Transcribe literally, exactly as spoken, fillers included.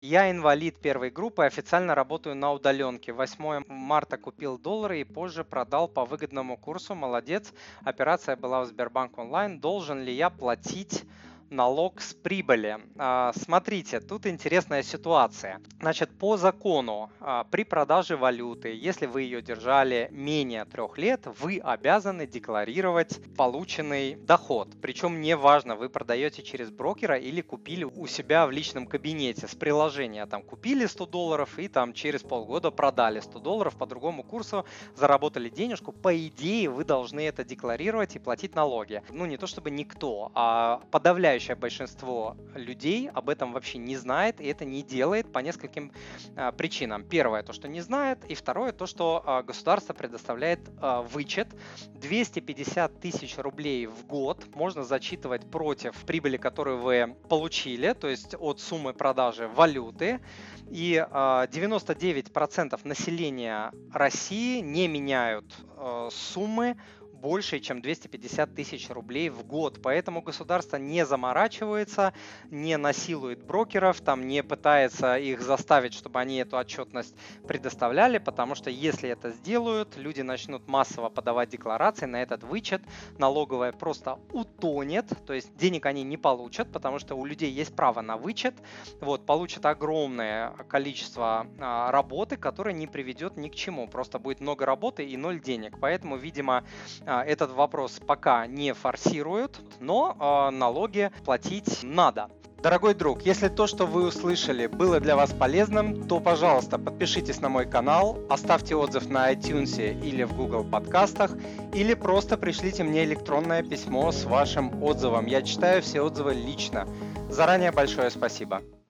Я инвалид первой группы, официально работаю на удаленке. восьмого марта купил доллары и позже продал по выгодному курсу. Молодец. Операция была в Сбербанк онлайн. Должен ли я платить налог с прибыли? А, Смотрите, тут интересная ситуация. Значит, по закону а, при продаже валюты, если вы ее держали менее трех лет, вы обязаны декларировать полученный доход. Причем неважно, вы продаете через брокера или купили у себя в личном кабинете с приложения. Там купили сто долларов и там через полгода продали сто долларов по другому курсу, заработали денежку. По идее, вы должны это декларировать и платить налоги. Ну, не то чтобы никто, а подавляющее большинство людей об этом вообще не знает и это не делает по нескольким а, причинам. Первое, то, что не знает, и второе, то, что а, государство предоставляет а, вычет двести пятьдесят тысяч рублей в год можно зачитывать против прибыли, которую вы получили, то есть от суммы продажи валюты. И а, девяносто девять процентов населения России не меняют а, суммы больше, чем двести пятьдесят тысяч рублей в год. Поэтому государство не заморачивается, не насилует брокеров, там не пытается их заставить, чтобы они эту отчетность предоставляли, потому что если это сделают, люди начнут массово подавать декларации на этот вычет, налоговая просто утонет, то есть денег они не получат, потому что у людей есть право на вычет, вот, получат огромное количество а, работы, которое не приведет ни к чему, просто будет много работы и ноль денег. Поэтому, видимо, этот вопрос пока не форсируют, но э, налоги платить надо. Дорогой друг, если то, что вы услышали, было для вас полезным, то, пожалуйста, подпишитесь на мой канал, оставьте отзыв на iTunes или в Google подкастах, или просто пришлите мне электронное письмо с вашим отзывом. Я читаю все отзывы лично. Заранее большое спасибо.